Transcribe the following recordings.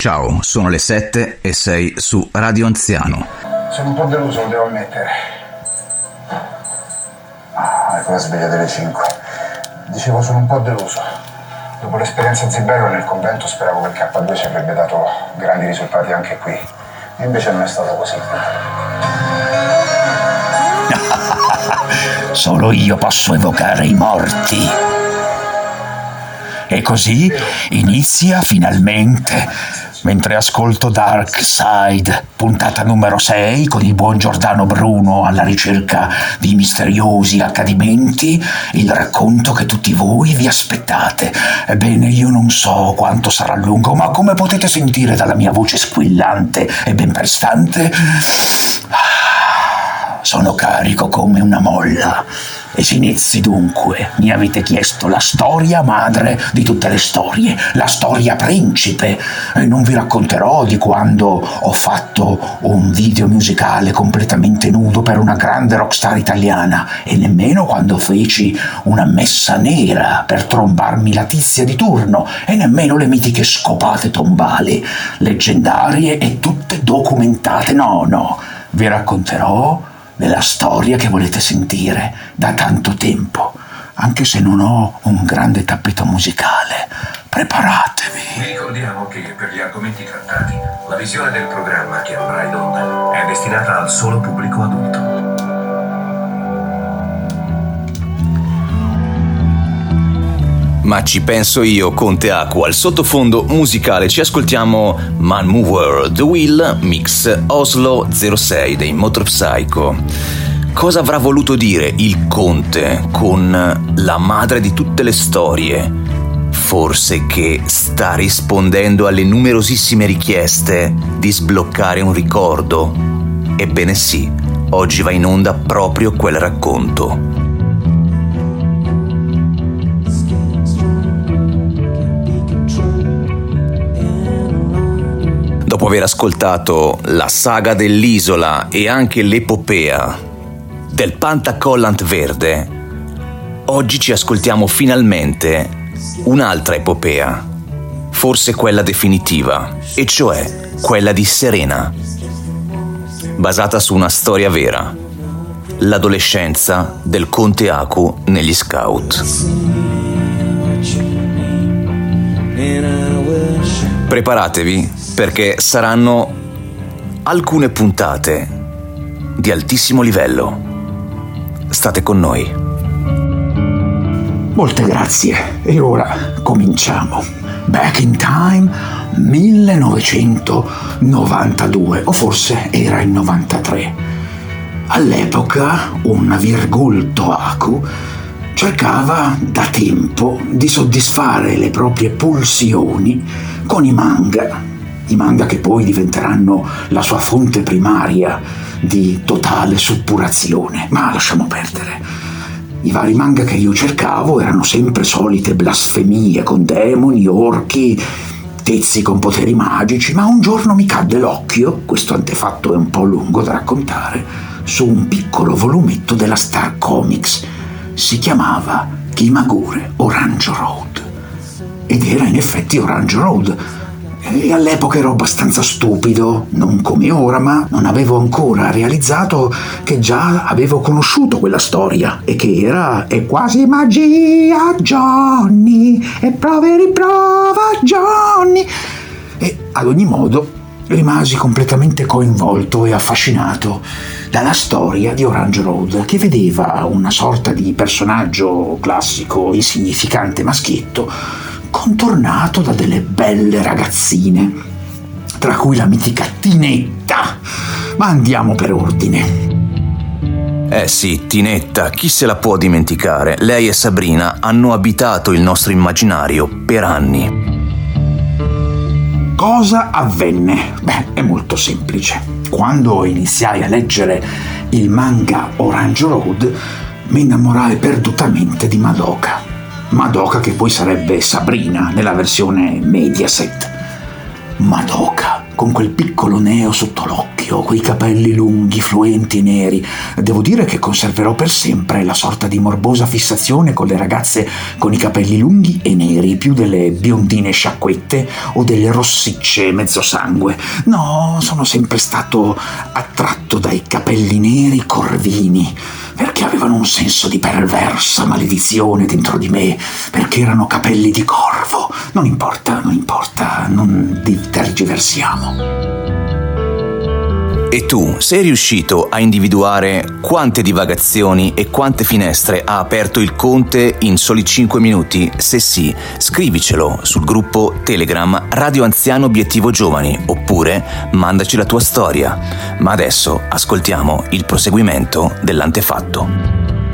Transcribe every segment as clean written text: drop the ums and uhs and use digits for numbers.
Ciao, sono le 7 e sei su Radio Anziano. Sono un po' deluso, lo devo ammettere. Ecco la sveglia delle 5. Dicevo, sono un po' deluso. Dopo l'esperienza Zibello nel convento speravo che il K2 ci avrebbe dato grandi risultati anche qui. E invece non è stato così. Solo io posso evocare i morti. E così inizia finalmente, mentre ascolto Dark Side, puntata numero 6, con il buon Giordano Bruno alla ricerca di misteriosi accadimenti, il racconto che tutti voi vi aspettate. Ebbene, io non so quanto sarà lungo, ma come potete sentire dalla mia voce squillante e ben prestante, sono carico come una molla. E si inizi dunque. Mi avete chiesto la storia madre di tutte le storie, la storia principe. E non vi racconterò di quando ho fatto un video musicale completamente nudo per una grande rockstar italiana, e nemmeno quando feci una messa nera per trombarmi la tizia di turno, e nemmeno le mitiche scopate tombali, leggendarie e tutte documentate. No, vi racconterò della storia che volete sentire da tanto tempo, anche se non ho un grande tappeto musicale. Preparatevi. Vi ricordiamo che per gli argomenti trattati, la visione del programma che andrà in onda è destinata al solo pubblico adulto. Ma ci penso io, Conte Aku. Al sottofondo musicale ci ascoltiamo Man Mover, The Wheel, mix Oslo 06 dei Motor Psycho. Cosa avrà voluto dire il Conte con la madre di tutte le storie? Forse che sta rispondendo alle numerosissime richieste di sbloccare un ricordo? Ebbene sì, oggi va in onda proprio quel racconto. Dopo aver ascoltato la saga dell'isola e anche l'epopea del Pantacollant verde, oggi ci ascoltiamo finalmente un'altra epopea, forse quella definitiva, e cioè quella di Serena, basata su una storia vera, l'adolescenza del Conte Aku negli Scout. Preparatevi, perché saranno alcune puntate di altissimo livello. State con noi. Molte grazie. E ora cominciamo. Back in time, 1992, o forse era il 93. All'epoca un virgulto Aku cercava da tempo di soddisfare le proprie pulsioni con i manga che poi diventeranno la sua fonte primaria di totale suppurazione. Ma lasciamo perdere. I vari manga che io cercavo erano sempre solite blasfemie con demoni, orchi, tizi con poteri magici, ma un giorno mi cadde l'occhio, questo antefatto è un po' lungo da raccontare, su un piccolo volumetto della Star Comics. Si chiamava Kimagure Orange Road ed era in effetti Orange Road, e all'epoca ero abbastanza stupido, non come ora, ma non avevo ancora realizzato che già avevo conosciuto quella storia e che era "è quasi magia Johnny, e prova e riprova Johnny", e ad ogni modo rimasi completamente coinvolto e affascinato dalla storia di Orange Road, che vedeva una sorta di personaggio classico, insignificante maschietto, contornato da delle belle ragazzine, tra cui la mitica Tinetta. Ma andiamo per ordine. Sì, Tinetta, chi se la può dimenticare? Lei e Sabrina hanno abitato il nostro immaginario per anni. Cosa avvenne? È molto semplice. Quando iniziai a leggere il manga Orange Road, mi innamorai perdutamente di Madoka, che poi sarebbe Sabrina nella versione Mediaset. Madoka con quel piccolo neo sotto l'occhio, vecchio, quei capelli lunghi, fluenti e neri. Devo dire che conserverò per sempre la sorta di morbosa fissazione con le ragazze con i capelli lunghi e neri, più delle biondine sciacquette o delle rossicce mezzo sangue. No, sono sempre stato attratto dai capelli neri corvini, perché avevano un senso di perversa maledizione dentro di me, perché erano capelli di corvo. Non importa, non tergiversiamo. E tu, sei riuscito a individuare quante divagazioni e quante finestre ha aperto il Conte in soli 5 minuti? Se sì, scrivicelo sul gruppo Telegram Radio Anziano Obiettivo Giovani, oppure mandaci la tua storia. Ma adesso ascoltiamo il proseguimento dell'antefatto.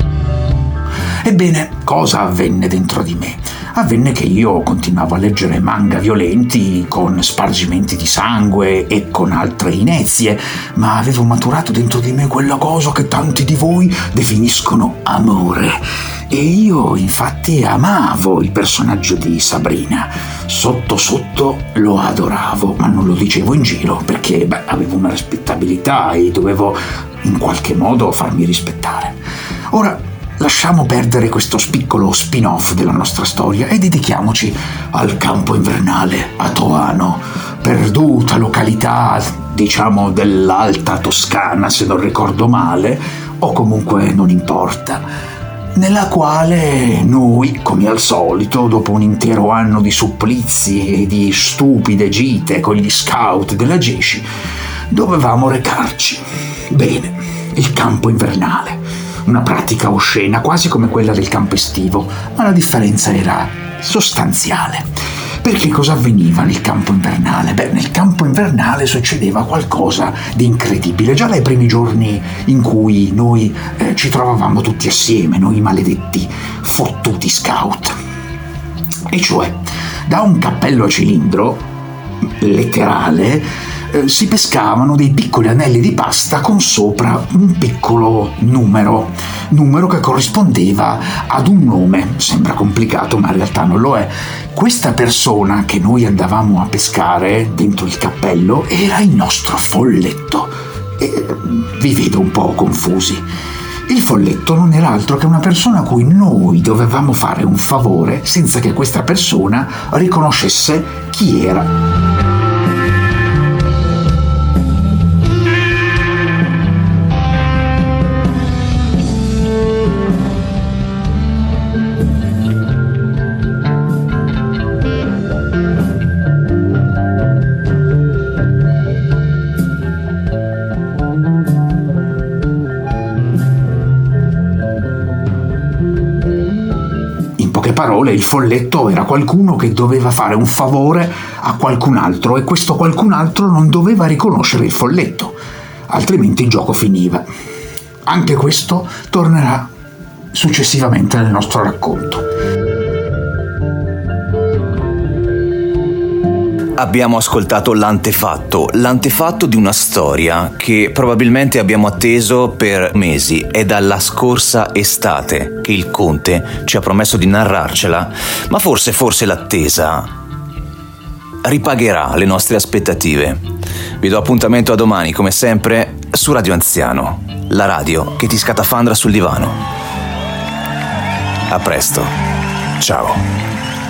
Ebbene, cosa avvenne dentro di me? Avvenne che io continuavo a leggere manga violenti con spargimenti di sangue e con altre inezie, ma avevo maturato dentro di me quella cosa che tanti di voi definiscono amore. E io infatti amavo il personaggio di Sabrina. Sotto sotto lo adoravo, ma non lo dicevo in giro perché avevo una rispettabilità e dovevo in qualche modo farmi rispettare. Ora, lasciamo perdere questo piccolo spin-off della nostra storia e dedichiamoci al campo invernale, a Toano, perduta località, diciamo dell'Alta Toscana se non ricordo male, o comunque non importa, nella quale noi, come al solito, dopo un intero anno di supplizi e di stupide gite con gli scout della GECI, dovevamo recarci. Bene, il campo invernale. Una pratica oscena, quasi come quella del campo estivo, ma la differenza era sostanziale. Perché cosa avveniva nel campo invernale? Nel campo invernale succedeva qualcosa di incredibile. Già dai primi giorni in cui noi ci trovavamo tutti assieme, noi maledetti, fottuti scout. E cioè, da un cappello a cilindro, letterale, si pescavano dei piccoli anelli di pasta con sopra un piccolo numero che corrispondeva ad un nome. Sembra complicato, ma in realtà non lo è. Questa persona che noi andavamo a pescare dentro il cappello era il nostro folletto. E vi vedo un po' confusi. Il folletto non era altro che una persona a cui noi dovevamo fare un favore senza che questa persona riconoscesse chi era. Parole, il folletto era qualcuno che doveva fare un favore a qualcun altro e questo qualcun altro non doveva riconoscere il folletto, altrimenti il gioco finiva. Anche questo tornerà successivamente nel nostro racconto. Abbiamo ascoltato l'antefatto di una storia che probabilmente abbiamo atteso per mesi. È dalla scorsa estate che il Conte ci ha promesso di narrarcela, ma forse l'attesa ripagherà le nostre aspettative. Vi do appuntamento a domani, come sempre, su Radio Anziano, la radio che ti scatafandra sul divano. A presto. Ciao.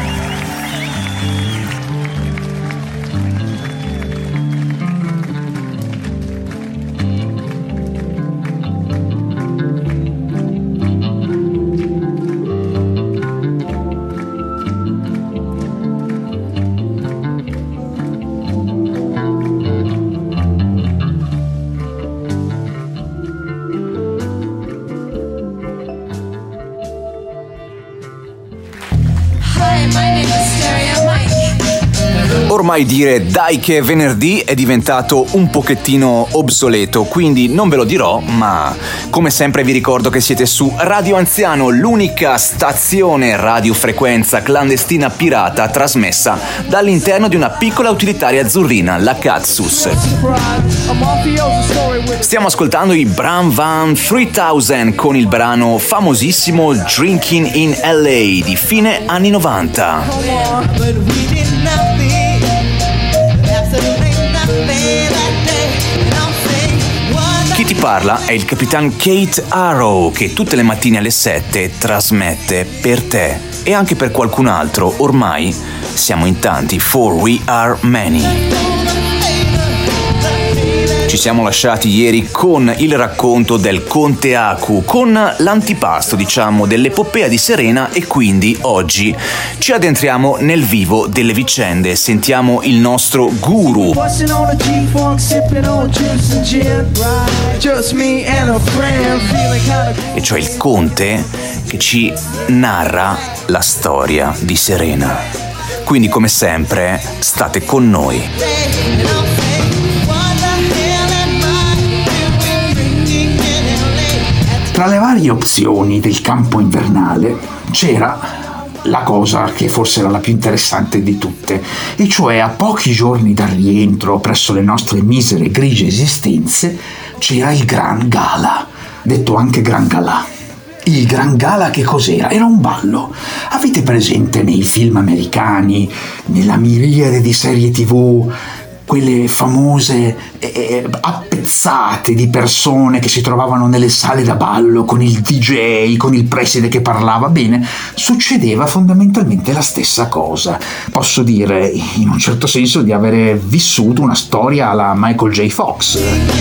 Ormai dire dai che è venerdì è diventato un pochettino obsoleto, quindi non ve lo dirò, ma come sempre vi ricordo che siete su Radio Anziano, l'unica stazione radiofrequenza clandestina pirata trasmessa dall'interno di una piccola utilitaria azzurrina, la Katsus. Stiamo ascoltando i Bram Van 3000 con il brano famosissimo Drinking in LA di fine anni 90. parla è il capitan Kate Arrow, che tutte le mattine alle 7 trasmette per te e anche per qualcun altro. Ormai siamo in tanti, for we are many. Ci siamo lasciati ieri con il racconto del Conte Aku, con l'antipasto, diciamo, dell'epopea di Serena, e quindi oggi ci addentriamo nel vivo delle vicende. Sentiamo il nostro guru, e cioè il Conte, che ci narra la storia di Serena. Quindi, come sempre, state con noi. Tra le varie opzioni del campo invernale c'era la cosa che forse era la più interessante di tutte, e cioè a pochi giorni dal rientro presso le nostre misere grigie esistenze c'era il Gran Gala, detto anche Gran Galà. Il Gran Gala che cos'era? Era un ballo. Avete presente nei film americani, nella miriade di serie TV, quelle famose appezzate di persone che si trovavano nelle sale da ballo con il DJ, con il preside che parlava? Bene, succedeva fondamentalmente la stessa cosa. Posso dire in un certo senso di avere vissuto una storia alla Michael J. Fox.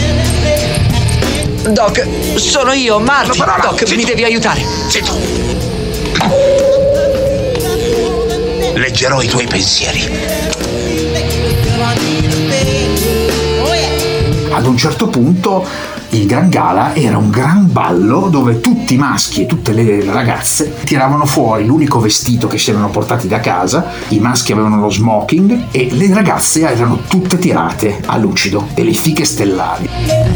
Doc, sono io, Marty. No, Doc, mi devi aiutare. Zitto. Leggerò i tuoi pensieri. Ad un certo punto il Gran Gala era un gran ballo dove tutti i maschi e tutte le ragazze tiravano fuori l'unico vestito che si erano portati da casa. I maschi avevano lo smoking e le ragazze erano tutte tirate a lucido, delle fiche stellari.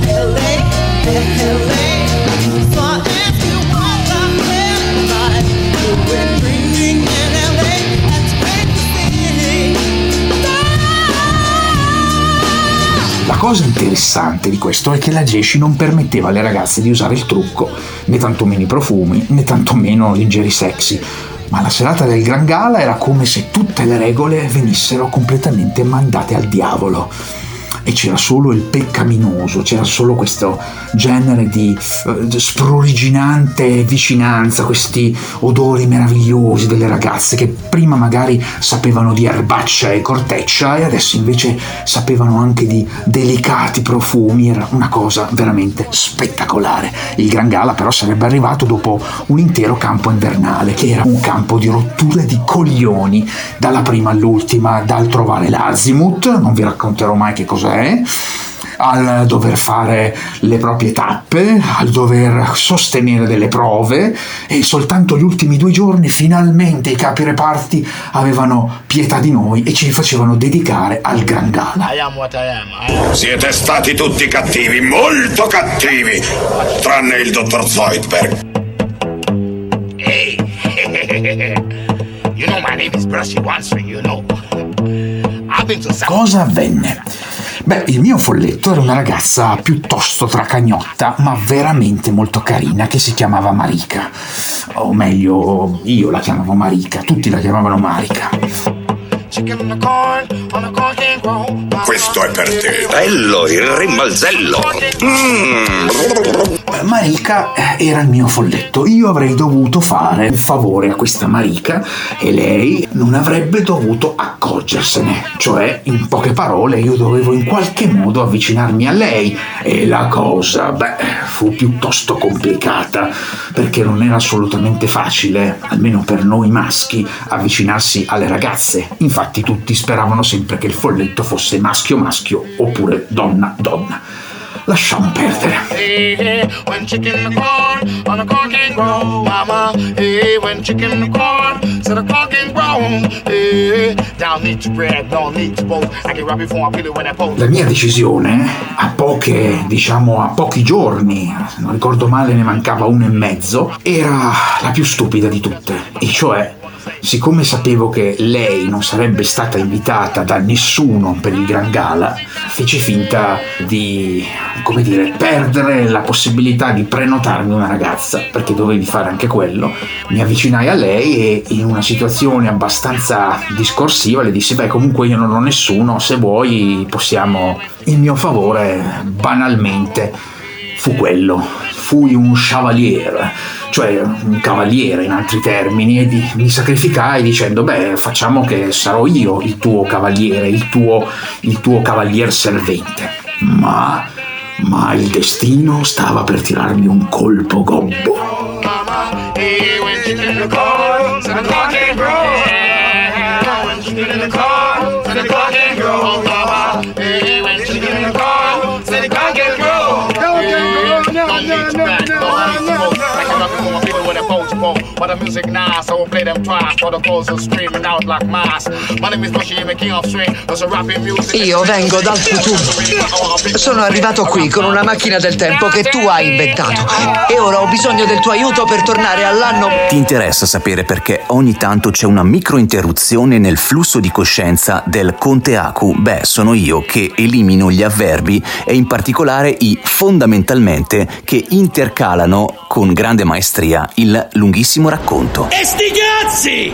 La cosa interessante di questo è che la Gesci non permetteva alle ragazze di usare il trucco, né tantomeno i profumi, né tantomeno lingerie sexy, ma la serata del Gran Gala era come se tutte le regole venissero completamente mandate al diavolo. E c'era solo il peccaminoso, c'era solo questo genere di spruriginante vicinanza, questi odori meravigliosi delle ragazze che prima magari sapevano di erbaccia e corteccia e adesso invece sapevano anche di delicati profumi. Era una cosa veramente spettacolare. Il Gran Gala però sarebbe arrivato dopo un intero campo invernale, che era un campo di rotture di coglioni, dalla prima all'ultima, dal trovare l'azimut, non vi racconterò mai che cos'è, al dover fare le proprie tappe, al dover sostenere delle prove, e soltanto gli ultimi 2 giorni finalmente i capi reparti avevano pietà di noi e ci facevano dedicare al Gran Gala. Siete stati tutti cattivi, molto cattivi, tranne il dottor Zoidberg. Hey, you know my name is Brushy One String, you know. Cosa avvenne? Beh, il mio folletto era una ragazza piuttosto tracagnotta, ma veramente molto carina, che si chiamava Marika. O meglio, io la chiamavo Marika, tutti la chiamavano Marika. Questo è per te. Bello, il rimbalzello. Marika era il mio folletto. Io avrei dovuto fare un favore a questa Marika e lei non avrebbe dovuto accorgersene. Cioè, in poche parole, io dovevo in qualche modo avvicinarmi a lei. E la cosa, fu piuttosto complicata, perché non era assolutamente facile, almeno per noi maschi, avvicinarsi alle ragazze. Infatti tutti speravano sempre che il folletto fosse maschio-maschio oppure donna-donna. Lasciamo perdere. La mia decisione, a pochi giorni, non ricordo male, ne mancava 1 e mezzo, era la più stupida di tutte, e cioè, siccome sapevo che lei non sarebbe stata invitata da nessuno per il Gran Gala, feci finta di, perdere la possibilità di prenotarmi una ragazza, perché dovevi fare anche quello. Mi avvicinai a lei e in una situazione abbastanza discorsiva le dissi: comunque io non ho nessuno, se vuoi possiamo, in mio favore, banalmente fu quello. Fui un chevalier, cioè un cavaliere in altri termini, e mi sacrificai dicendo: beh, facciamo che sarò io il tuo cavaliere, il tuo cavalier servente. Ma il destino stava per tirarmi un colpo gobbo. But the music nice, so we'll play them twice. For the girls are screaming out like mice. My name is Bushy, I'm a king of swing. There's a rapping music. Io vengo dal futuro. Sono arrivato qui con una macchina del tempo che tu hai inventato. E ora ho bisogno del tuo aiuto per tornare all'anno. Ti interessa sapere perché ogni tanto c'è una microinterruzione nel flusso di coscienza del Conte Aku? Beh, sono io che elimino gli avverbi e in particolare i fondamentalmente che intercalano con grande maestria il lunghissimo racconto. E sti cazzi!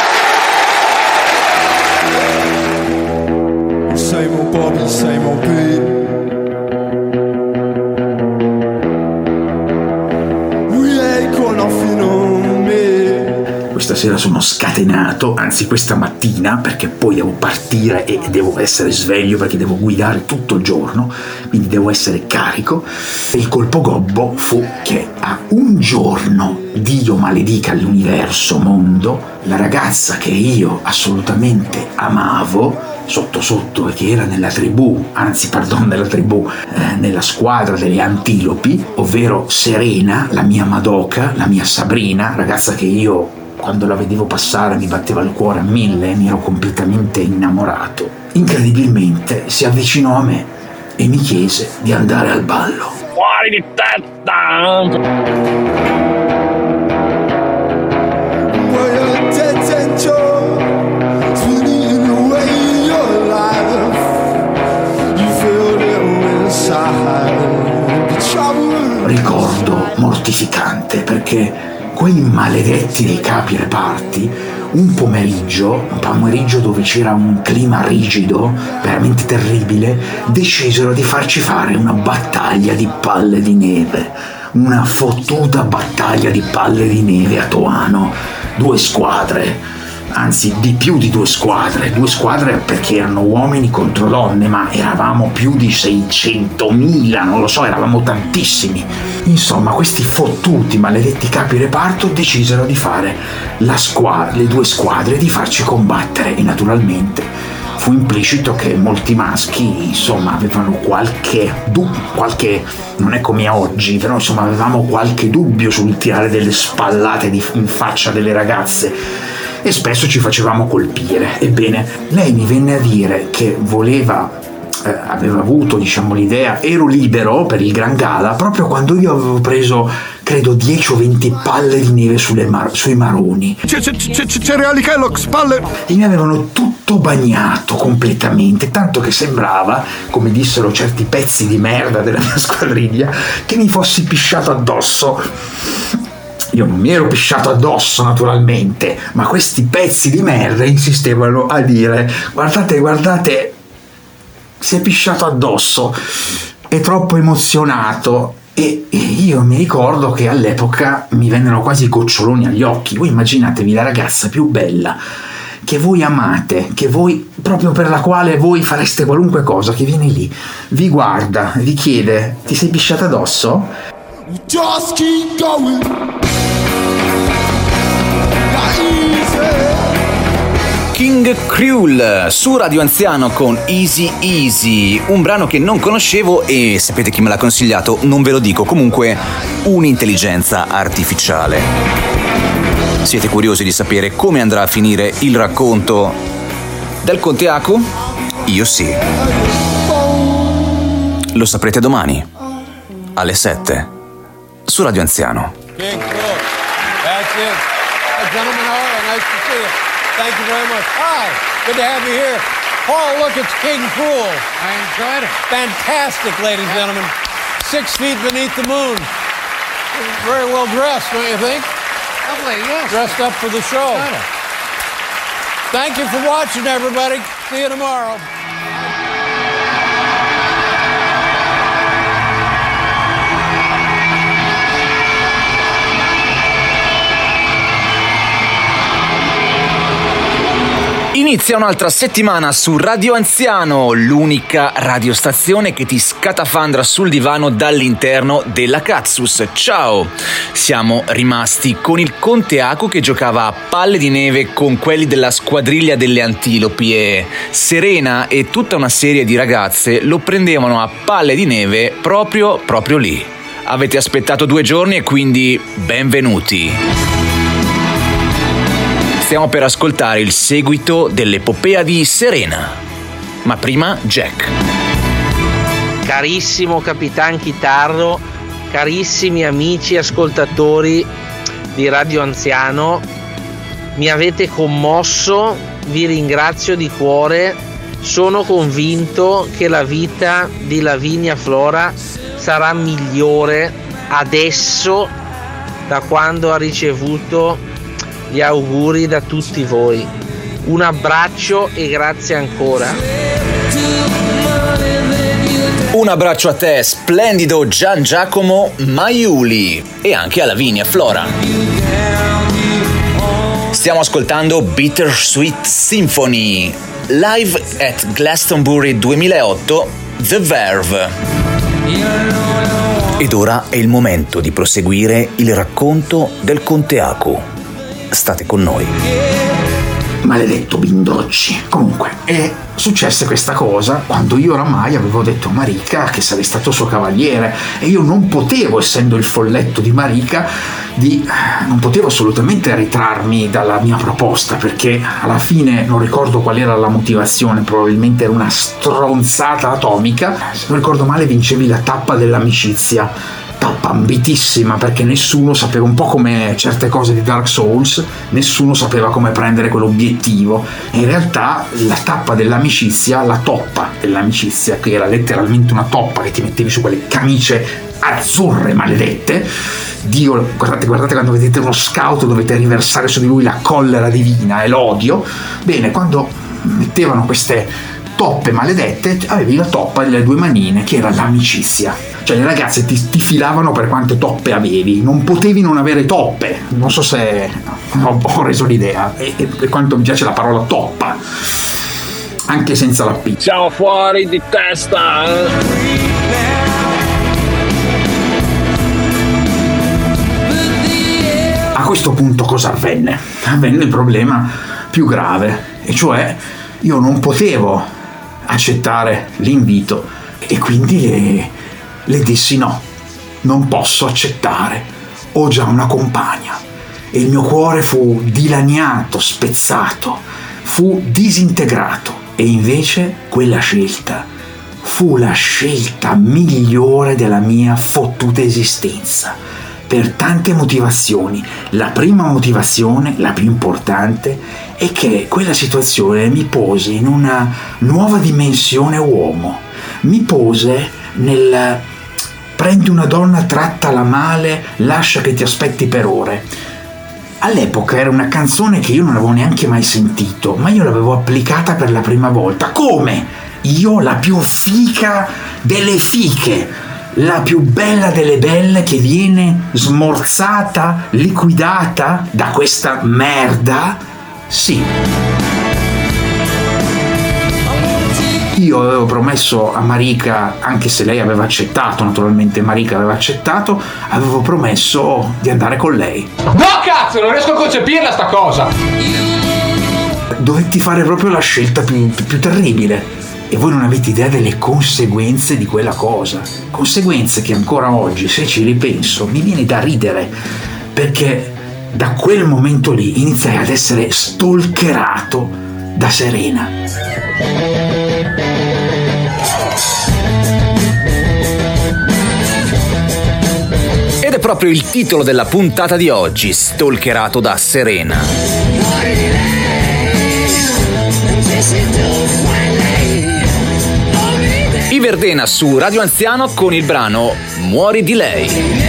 Same old Bobby, same old Pete. We ain't got nothing on me. Questa sera sono scatenato, anzi questa mattina, perché poi devo partire e devo essere sveglio perché devo guidare tutto il giorno, quindi devo essere carico. Il colpo gobbo fu che a un giorno, Dio maledica l'universo mondo, la ragazza che io assolutamente amavo sotto sotto e che era nella nella squadra delle antilopi, ovvero Serena, la mia Madoka, la mia Sabrina, ragazza che io quando la vedevo passare mi batteva il cuore a 1000, mi ero completamente innamorato. Incredibilmente si avvicinò a me e mi chiese di andare al ballo. Fuori di testa! Ricordo mortificante perché quei maledetti dei capi reparti un pomeriggio dove c'era un clima rigido, veramente terribile, decisero di farci fare una battaglia di palle di neve, una fottuta battaglia di palle di neve a Toano. 2 squadre, anzi di più di 2 squadre perché erano uomini contro donne, ma eravamo più di 600.000, non lo so, eravamo tantissimi. Insomma, questi fottuti maledetti capi reparto decisero di fare le 2 squadre, di farci combattere, e naturalmente fu implicito che molti maschi, insomma, avevano qualche non è come oggi, però insomma avevamo qualche dubbio sul tirare delle spallate in faccia delle ragazze e spesso ci facevamo colpire. Ebbene, lei mi venne a dire che aveva avuto, diciamo, l'idea, ero libero per il Gran Gala proprio quando io avevo preso, credo, 10 o 20 palle di neve sui maroni. Cereali Kellogg's, palle! E mi avevano tutto bagnato completamente, tanto che sembrava, come dissero certi pezzi di merda della mia squadriglia, che mi fossi pisciato addosso. Io non mi ero pisciato addosso, naturalmente, ma questi pezzi di merda insistevano a dire: guardate, si è pisciato addosso, è troppo emozionato. E io mi ricordo che all'epoca mi vennero quasi goccioloni agli occhi. Voi immaginatevi la ragazza più bella che voi amate, proprio per la quale voi fareste qualunque cosa, che viene lì, vi guarda, vi chiede: ti sei pisciata addosso? Just keep going. King Krule su Radio Anziano con Easy Easy, un brano che non conoscevo e sapete chi me l'ha consigliato? Non ve lo dico, comunque un'intelligenza artificiale. Siete curiosi di sapere come andrà a finire il racconto del Conte Aku? Io sì. Lo saprete domani alle 7 su Radio Anziano. King Krule, that's it. Gentlemen, all right, nice to see you. Thank you very much. Hi, good to have you here. Paul, look, it's King Krule. I enjoyed it. Fantastic, ladies and gentlemen. 6 feet beneath the moon. Very well dressed, don't you think? Lovely, yes. Dressed up for the show. Thank you for watching, everybody. See you tomorrow. Inizia un'altra settimana su Radio Anziano, l'unica radiostazione che ti scatafandra sul divano dall'interno della Cazzus. Ciao! Siamo rimasti con il Conte Aku che giocava a palle di neve con quelli della squadriglia delle antilopi e Serena e tutta una serie di ragazze lo prendevano a palle di neve proprio lì. Avete aspettato 2 giorni e quindi benvenuti. Stiamo per ascoltare il seguito dell'epopea di Serena. Ma prima Jack. Carissimo Capitan Chitarro, carissimi amici ascoltatori di Radio Anziano, mi avete commosso, vi ringrazio di cuore, sono convinto che la vita di Lavinia Flora sarà migliore adesso da quando ha ricevuto gli auguri da tutti voi. Un abbraccio e grazie ancora. Un abbraccio a te, splendido Gian Giacomo Maiuli, e anche a Lavinia Flora. Stiamo ascoltando Bittersweet Symphony, live at Glastonbury 2008, The Verve. Ed ora è il momento di proseguire il racconto del Conte Aku. State con noi. Maledetto Bindocci. Comunque, è successa questa cosa quando io oramai avevo detto a Marika che sarei stato suo cavaliere, e io non potevo, essendo il folletto di Marika, non potevo assolutamente ritrarmi dalla mia proposta, perché alla fine non ricordo qual era la motivazione, probabilmente era una stronzata atomica. Se non ricordo male vincevi la tappa dell'amicizia, tappa ambitissima, perché nessuno sapeva, un po' come certe cose di Dark Souls, nessuno sapeva come prendere quell'obiettivo, e in realtà la tappa dell'amicizia, la toppa dell'amicizia, che era letteralmente una toppa che ti mettevi su quelle camicie azzurre maledette. Dio, guardate quando vedete uno scout dovete riversare su di lui la collera divina e l'odio. Bene, quando mettevano queste toppe maledette avevi la toppa delle 2 manine, che era l'amicizia. Cioè le ragazze ti filavano per quante toppe avevi, non potevi non avere toppe. Non so se ho reso l'idea, e quanto mi piace la parola toppa, anche senza la P. Siamo fuori di testa. A questo punto cosa avvenne? Avvenne il problema più grave, e cioè io non potevo accettare l'invito, e quindi le dissi no, non posso accettare, ho già una compagna. E il mio cuore fu dilaniato, spezzato, fu disintegrato, e invece quella scelta fu la scelta migliore della mia fottuta esistenza, per tante motivazioni. La prima motivazione, la più importante, è che quella situazione mi pose in una nuova dimensione uomo, mi pose nel prendi una donna, trattala male, lascia che ti aspetti per ore. All'epoca era una canzone che io non avevo neanche mai sentito, ma io l'avevo applicata per la prima volta. Come? Io, la più fica delle fiche, la più bella delle belle, che viene smorzata, liquidata da questa merda? Sì. Io avevo promesso a Marika, anche se lei aveva accettato, naturalmente Marika aveva accettato, avevo promesso di andare con lei. No cazzo, non riesco a concepirla sta cosa! Dovetti fare proprio la scelta più terribile, e voi non avete idea delle conseguenze di quella cosa. Conseguenze che ancora oggi, se ci ripenso, mi viene da ridere, perché da quel momento lì iniziai ad essere stalkerato da Serena. Ed è proprio il titolo della puntata di oggi, stalkerato da Serena. I Verdena su Radio Anziano con il brano Muori di lei.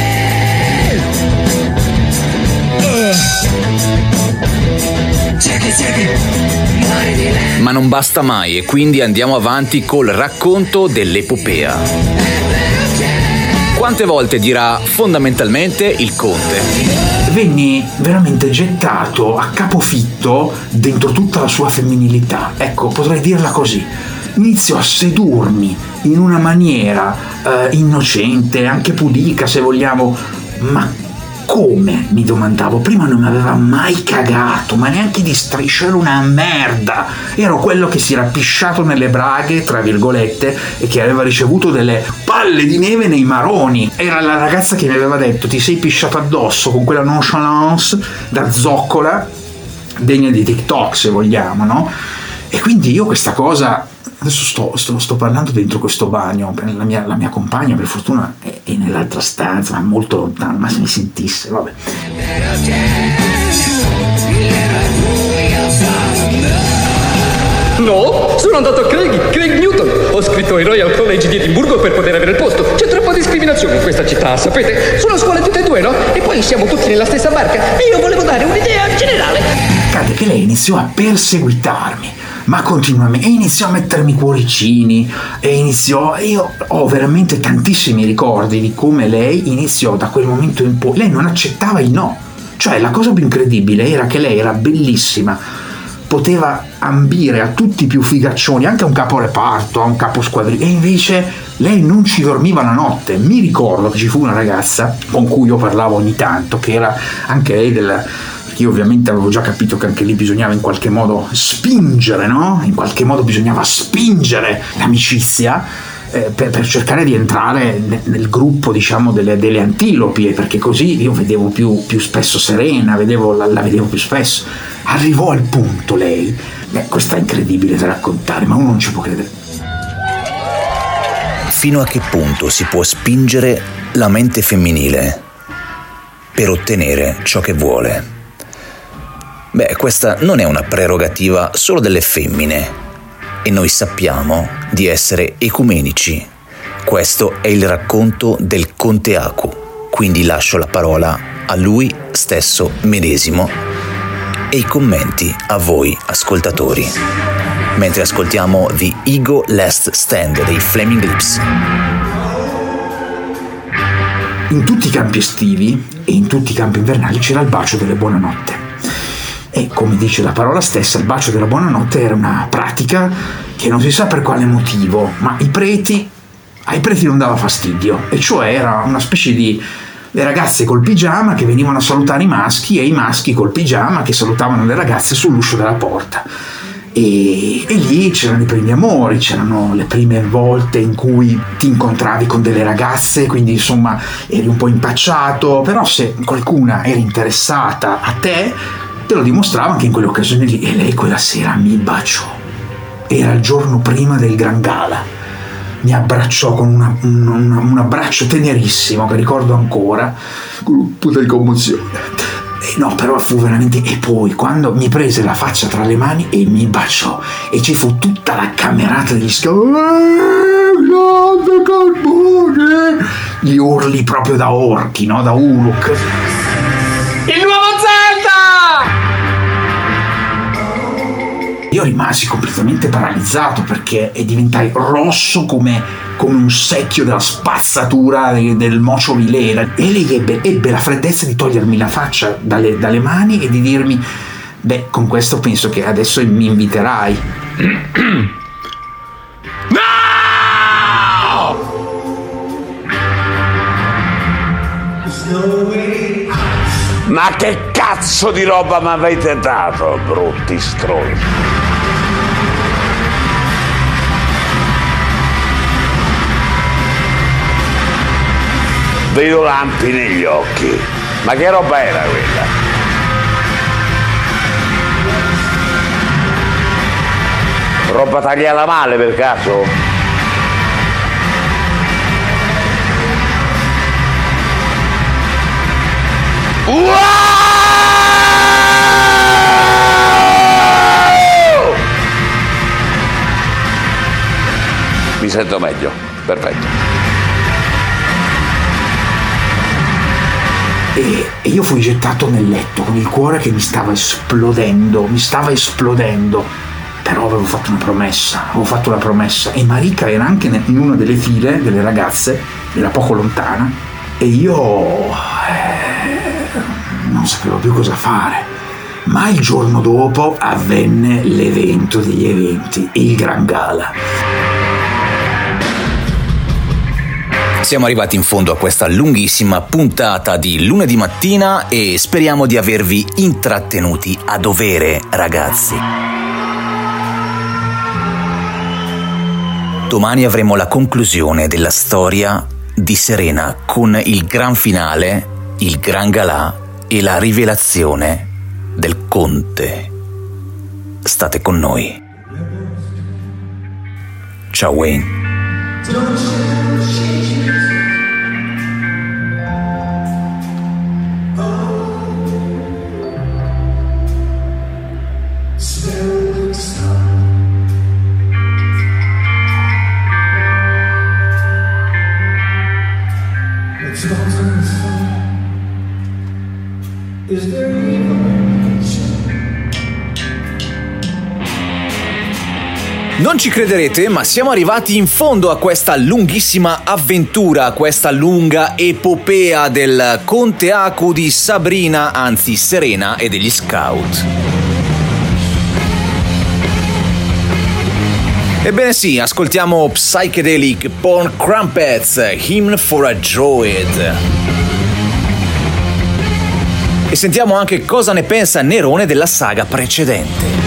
Ma non basta mai, e quindi andiamo avanti col racconto dell'epopea. Quante volte dirà fondamentalmente il Conte? venni veramente gettato a capofitto dentro tutta la sua femminilità. Ecco, potrei dirla così. Iniziò a sedurmi in una maniera innocente, anche pudica se vogliamo, ma come, mi domandavo, prima non mi aveva mai cagato, ma neanche di striscio, ero una merda, ero quello che si era pisciato nelle braghe, tra virgolette, e che aveva ricevuto delle palle di neve nei maroni. Era la ragazza che mi aveva detto: ti sei pisciato addosso con quella nonchalance da zoccola, degna di TikTok se vogliamo, no? E quindi io questa cosa, adesso sto parlando dentro questo bagno, la mia compagna per fortuna è nell'altra stanza, ma molto lontano, ma se mi sentisse, vabbè. No, sono andato a Craig Newton. Ho scritto ai Royal College di Edimburgo per poter avere il posto. C'è troppa discriminazione in questa città, sapete? Sono scuole tutte e due, no? E poi siamo tutti nella stessa barca. E io volevo dare un'idea generale. Accade che lei iniziò a perseguitarmi, ma continuamente, e iniziò a mettermi cuoricini, io ho veramente tantissimi ricordi di come lei iniziò da quel momento in poi. Lei non accettava il no, cioè la cosa più incredibile era che lei era bellissima, poteva ambire a tutti i più figaccioni, anche a un caporeparto, a un caposquadriglia, e invece lei non ci dormiva la notte. Mi ricordo che ci fu una ragazza con cui io parlavo ogni tanto, che era anche lei perché io ovviamente avevo già capito che anche lì bisognava in qualche modo spingere, no? In qualche modo bisognava spingere l'amicizia per cercare di entrare nel gruppo, diciamo, delle antilopi, perché così io vedevo più spesso Serena, la vedevo più spesso. Arrivò al punto lei, questo è incredibile da raccontare, ma uno non ci può credere. Fino a che punto si può spingere la mente femminile per ottenere ciò che vuole? Beh, questa non è una prerogativa solo delle femmine e noi sappiamo di essere ecumenici. Questo è il racconto del Conte Aku, quindi lascio la parola a lui stesso medesimo e i commenti a voi ascoltatori, mentre ascoltiamo The Ego Last Stand dei Flaming Lips. In tutti i campi estivi e in tutti i campi invernali c'era il bacio delle buonanotte. E come dice la parola stessa, il bacio della buonanotte era una pratica che non si sa per quale motivo, ma ai preti non dava fastidio, e cioè era una specie di le ragazze col pigiama che venivano a salutare i maschi e i maschi col pigiama che salutavano le ragazze sull'uscio della porta. E lì c'erano i primi amori, c'erano le prime volte in cui ti incontravi con delle ragazze, quindi insomma eri un po' impacciato, però se qualcuna era interessata a te lo dimostrava anche in quelle occasioni lì. E lei quella sera mi baciò, era il giorno prima del Gran Gala, mi abbracciò con un abbraccio tenerissimo che ricordo ancora, con un po' di commozione. No, però fu veramente. E poi quando mi prese la faccia tra le mani e mi baciò, e ci fu tutta la camerata degli gli urli proprio da orchi, no? Da Uruk. Il nuovo Zelda! Io rimasi completamente paralizzato perché diventai rosso come un secchio della spazzatura del mocio vilera, e lei ebbe la freddezza di togliermi la faccia dalle mani e di dirmi: beh, con questo penso che adesso mi inviterai. Ma che cazzo di roba mi avete dato, brutti stronzi? Vedo lampi negli occhi. Ma che roba era quella? Roba tagliata male per caso? Wow! Mi sento meglio, perfetto. E io fui gettato nel letto con il cuore che mi stava esplodendo, però avevo fatto una promessa, e Marika era anche in una delle file delle ragazze, era poco lontana, e io non non sapevo più cosa fare. Ma il giorno dopo avvenne l'evento degli eventi, il Gran Gala. Siamo arrivati in fondo a questa lunghissima puntata di lunedì mattina e speriamo di avervi intrattenuti a dovere, ragazzi. Domani avremo la conclusione della storia di Serena con il gran finale, il Gran Galà e la rivelazione del Conte. State con noi. Ciao Wayne. Non ci crederete, ma siamo arrivati in fondo a questa lunghissima avventura, a questa lunga epopea del Conte Aku di Sabrina, anzi Serena e degli Scout. Ebbene sì, ascoltiamo Psychedelic Porn Crumpets, Hymn for a Droid. E sentiamo anche cosa ne pensa Nerone della saga precedente.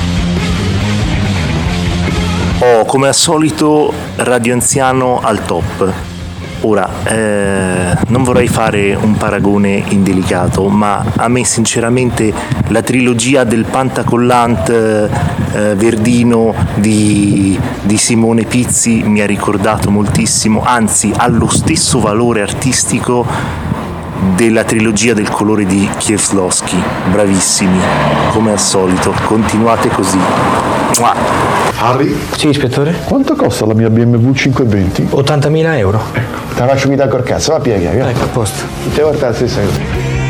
Come al solito Radio Anziano al top. Ora, non vorrei fare un paragone indelicato, ma a me sinceramente la trilogia del Pantacollant Verdino di Simone Pizzi mi ha ricordato moltissimo, anzi ha lo stesso valore artistico della trilogia del colore di Kieslowski. Bravissimi, come al solito, continuate così. Harry? Sì, ispettore? Quanto costa la mia BMW 520? 80.000 euro. Ecco, te la faccio guidare col cazzo, va piega. Ecco, a posto. Tutte volte la stessa cosa.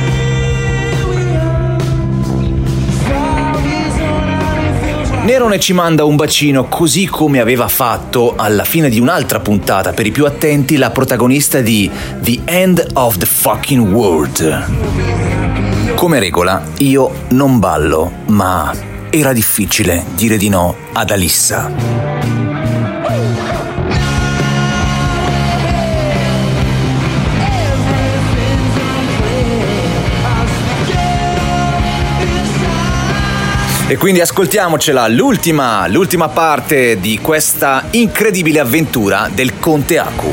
Nerone ci manda un bacino, così come aveva fatto alla fine di un'altra puntata, per i più attenti, la protagonista di The End of the Fucking World. Come regola, io non ballo, ma era difficile dire di no ad Alissa. E quindi ascoltiamocela, l'ultima parte di questa incredibile avventura del Conte Aku.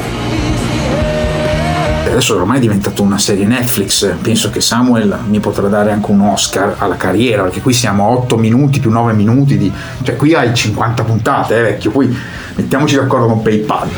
Adesso ormai è diventato una serie Netflix, penso che Samuel mi potrà dare anche un Oscar alla carriera, perché qui siamo a 8 minuti più 9 minuti cioè qui hai 50 puntate, vecchio, poi mettiamoci d'accordo con PayPal.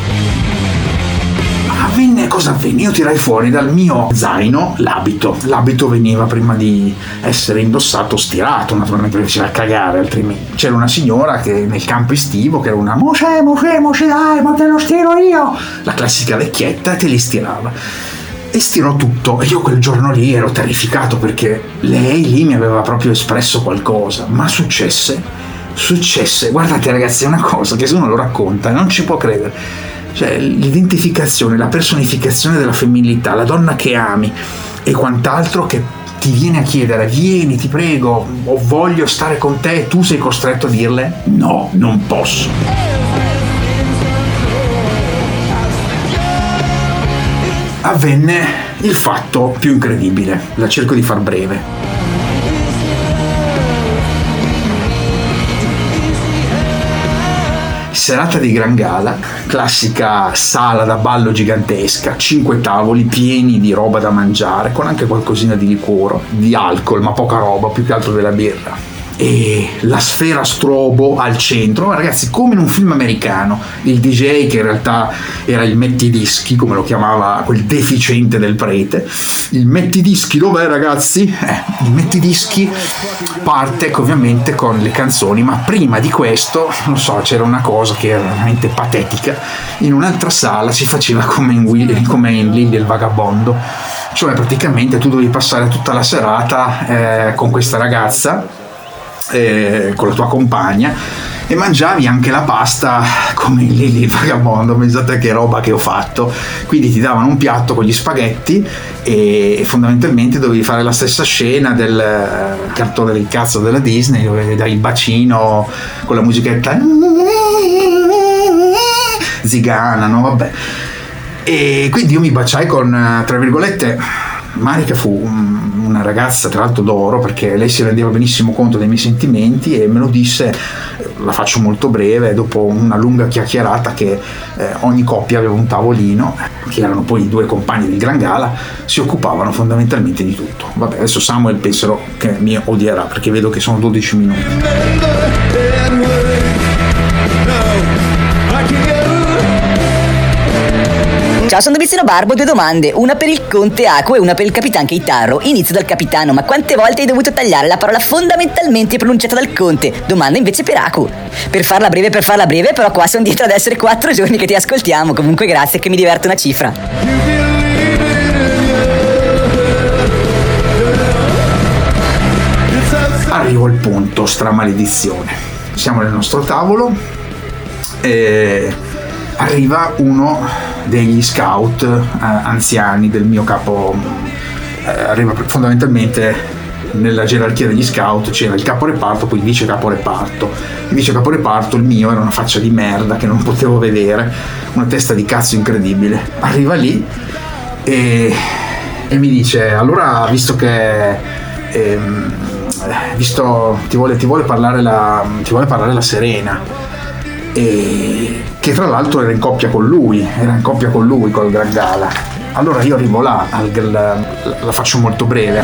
Cosa avvenne? Io tirai fuori dal mio zaino l'abito veniva, prima di essere indossato, stirato, naturalmente perché faceva cagare altrimenti. C'era una signora che nel campo estivo, che era una Mosè dai, ma te lo stiro io, la classica vecchietta, te li stirava e stirò tutto. E io quel giorno lì ero terrificato, perché lei lì mi aveva proprio espresso qualcosa, ma successe, guardate ragazzi, è una cosa che se uno lo racconta non ci può credere. Cioè, l'identificazione, la personificazione della femminilità, la donna che ami e quant'altro, che ti viene a chiedere vieni, ti prego, o voglio stare con te, e tu sei costretto a dirle no, non posso. Avvenne il fatto più incredibile, la cerco di far breve. Serata di Gran Gala, classica sala da ballo gigantesca, 5 tavoli pieni di roba da mangiare, con anche qualcosina di liquore, di alcol, ma poca roba, più che altro della birra. E la sfera strobo al centro, ragazzi, come in un film americano. Il DJ, che in realtà era il mettidischi, come lo chiamava quel deficiente del prete. Il mettidischi dov'è, ragazzi? Il mettidischi parte ovviamente con le canzoni, ma prima di questo, non so, c'era una cosa che era veramente patetica. In un'altra sala si faceva come in Lily il vagabondo, cioè praticamente tu dovevi passare tutta la serata con questa ragazza, con la tua compagna, e mangiavi anche la pasta come il vagabondo. Pensate che roba che ho fatto. Quindi ti davano un piatto con gli spaghetti e fondamentalmente dovevi fare la stessa scena del cartone del cazzo della Disney, dove dai il bacino con la musichetta zigana, no? Vabbè. E quindi io mi baciai con, tra virgolette, Marica fu una ragazza tra l'altro d'oro, perché lei si rendeva benissimo conto dei miei sentimenti e me lo disse, la faccio molto breve, dopo una lunga chiacchierata, che ogni coppia aveva un tavolino, che erano poi i 2 compagni del Gran Gala, si occupavano fondamentalmente di tutto. Vabbè, adesso Samuel penserò che mi odierà perché vedo che sono 12 minuti. Ciao, sono Doviziano Barbo, 2 domande, una per il Conte Aku e una per il Capitan Chitarro. Inizio dal capitano, ma quante volte hai dovuto tagliare la parola fondamentalmente pronunciata dal Conte? Domanda invece per Aku. Per farla breve, però qua sono dietro ad essere 4 giorni che ti ascoltiamo. Comunque grazie, che mi diverte una cifra. Arrivo al punto, stramaledizione. Siamo nel nostro tavolo e arriva uno degli scout anziani del mio capo. Arriva fondamentalmente nella gerarchia degli scout, c'era il capo reparto, poi il vice capo reparto. Il vice capo reparto, il mio, era una faccia di merda che non potevo vedere, una testa di cazzo incredibile. Arriva lì e mi dice: allora, visto che ti vuole parlare la Serena, e che tra l'altro era in coppia con lui col Gran Gala. Allora io arrivo là, la faccio molto breve.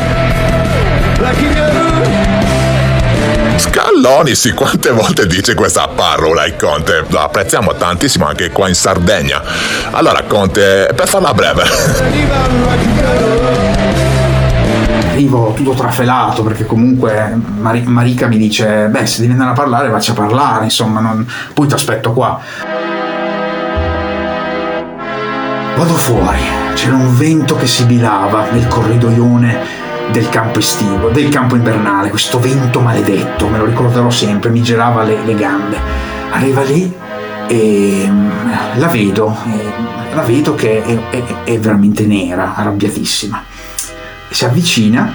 Scalloni, sì, quante volte dice questa parola il Conte? La apprezziamo tantissimo anche qua in Sardegna. Allora Conte, per farla breve, arrivo tutto trafelato perché comunque Marica mi dice: beh, se devi andare a parlare faccia parlare, insomma, poi ti aspetto qua. Vado fuori, c'era un vento che sibilava nel corridoione del campo estivo, del campo invernale, questo vento maledetto, me lo ricorderò sempre, mi girava le gambe. Arriva lì e la vedo che è veramente nera, arrabbiatissima. Si avvicina,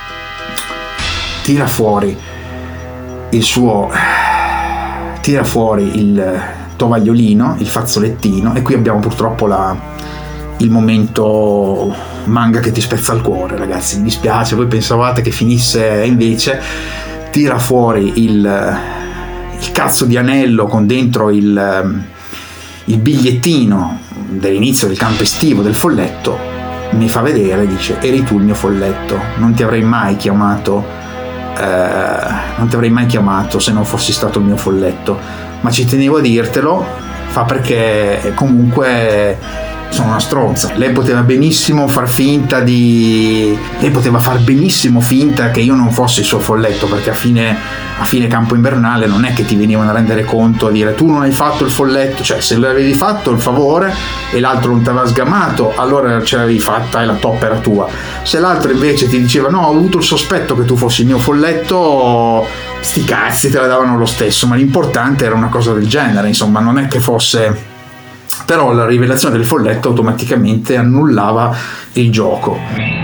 tira fuori il tovagliolino, il fazzolettino, e qui abbiamo purtroppo il momento manga che ti spezza il cuore, ragazzi, mi dispiace, voi pensavate che finisse, invece tira fuori il cazzo di anello con dentro il bigliettino dell'inizio del campo estivo, del folletto, mi fa vedere e dice: eri tu il mio folletto, non ti avrei mai chiamato se non fossi stato il mio folletto, ma ci tenevo a dirtelo, perché comunque sono una stronza. Lei poteva benissimo far benissimo finta che io non fossi il suo folletto, perché a fine campo invernale non è che ti venivano a rendere conto, a dire: tu non hai fatto il folletto, cioè se l'avevi fatto il favore e l'altro non ti aveva sgamato, allora ce l'avevi fatta e la toppa era tua. Se l'altro invece ti diceva: no, ho avuto il sospetto che tu fossi il mio folletto, sti cazzi, te la davano lo stesso, ma l'importante era una cosa del genere, insomma, non è che fosse. Però la rivelazione del folletto automaticamente annullava il gioco.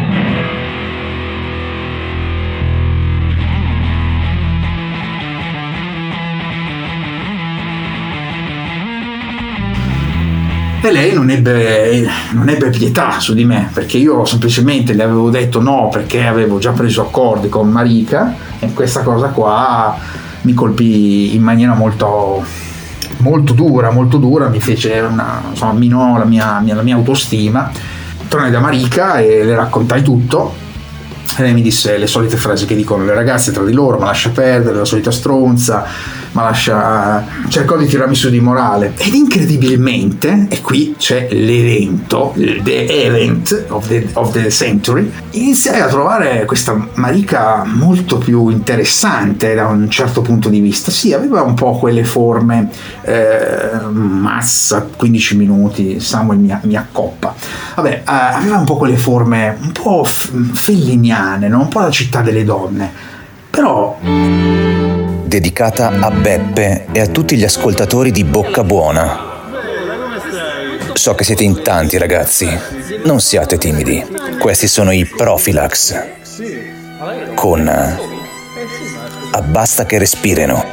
E lei non ebbe pietà su di me, perché io semplicemente le avevo detto no, perché avevo già preso accordi con Marica, e questa cosa qua mi colpì in maniera molto dura, mi fece minò la mia autostima. Tornai da Marica e le raccontai tutto, e lei mi disse le solite frasi che dicono le ragazze tra di loro: ma lascia perdere, la solita stronza, cercò di tirarmi su di morale. Ed incredibilmente, e qui c'è l'evento, the event of the century, iniziai a trovare questa Marica molto più interessante da un certo punto di vista. Sì, aveva un po' quelle forme massa, 15 minuti, Samuel mi accoppa. Vabbè, aveva un po' quelle forme un po' felliniane, no? Un po' la città delle donne, però dedicata a Beppe e a tutti gli ascoltatori di Bocca Buona. So che siete in tanti, ragazzi. Non siate timidi. Questi sono i Profilax. Con Abbasta che respirino.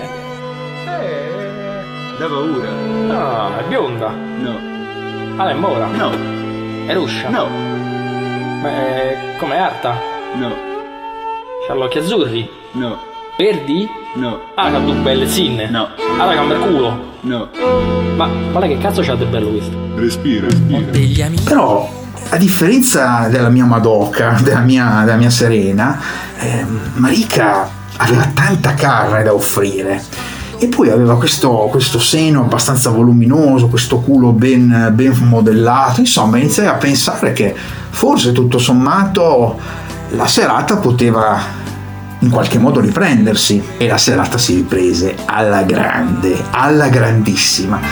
Da paura. No, è bionda. No. Ah, è mora. No. È ruscia. No. Ma è come Arta? No. C'ha gli occhi azzurri? No. Verdi? No. Ah, c'ha due belle zinne? No. Ah, la cambia il culo? No. Ma lei che cazzo c'ha di bello questo? Respira. Però, a differenza della mia Madoka, della mia Serena, Marika aveva tanta carne da offrire. E poi aveva questo seno abbastanza voluminoso, questo culo ben modellato. Insomma, iniziai a pensare che forse tutto sommato la serata poteva in qualche modo riprendersi. E la serata si riprese alla grande, alla grandissima.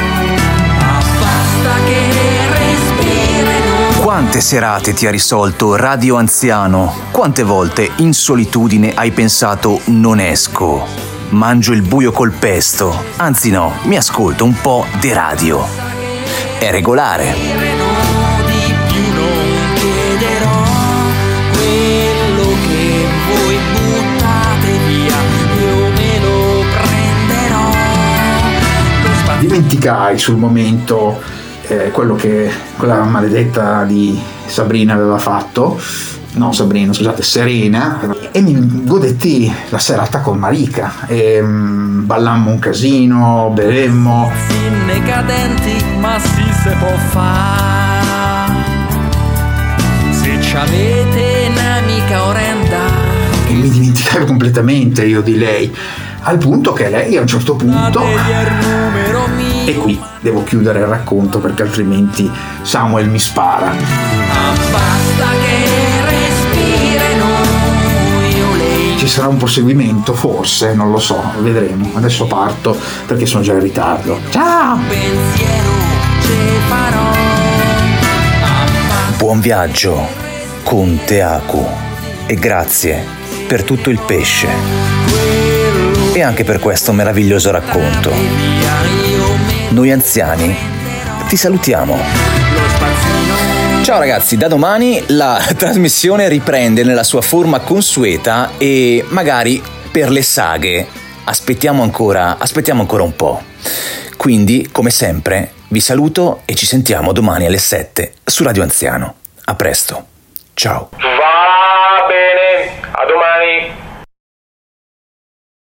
Quante serate ti ha risolto Radio Anziano? Quante volte in solitudine hai pensato non esco? Mangio il buio col pesto, anzi no, mi ascolto un po' di radio. È regolare. Dimenticai sul momento quella maledetta di Sabrina aveva fatto. No, Sabrina, scusate, Serena, e mi godetti la serata con Marika e ballammo un casino, bevemmo. Finne cadenti, ma si se può fare. Se c'avete un'amica orrenda. E mi dimenticavo completamente io di lei, al punto che lei a un certo punto, e qui devo chiudere il racconto perché altrimenti Samuel mi spara. Basta che ci sarà un proseguimento, forse, non lo so, vedremo. Adesso parto perché sono già in ritardo. Ciao! Buon viaggio, Conte Aku, e grazie per tutto il pesce e anche per questo meraviglioso racconto. Noi anziani ti salutiamo. Ciao ragazzi, da domani la trasmissione riprende nella sua forma consueta e magari per le saghe aspettiamo ancora un po'. Quindi, come sempre, vi saluto e ci sentiamo domani alle 7 su Radio Anziano. A presto. Ciao. Va bene.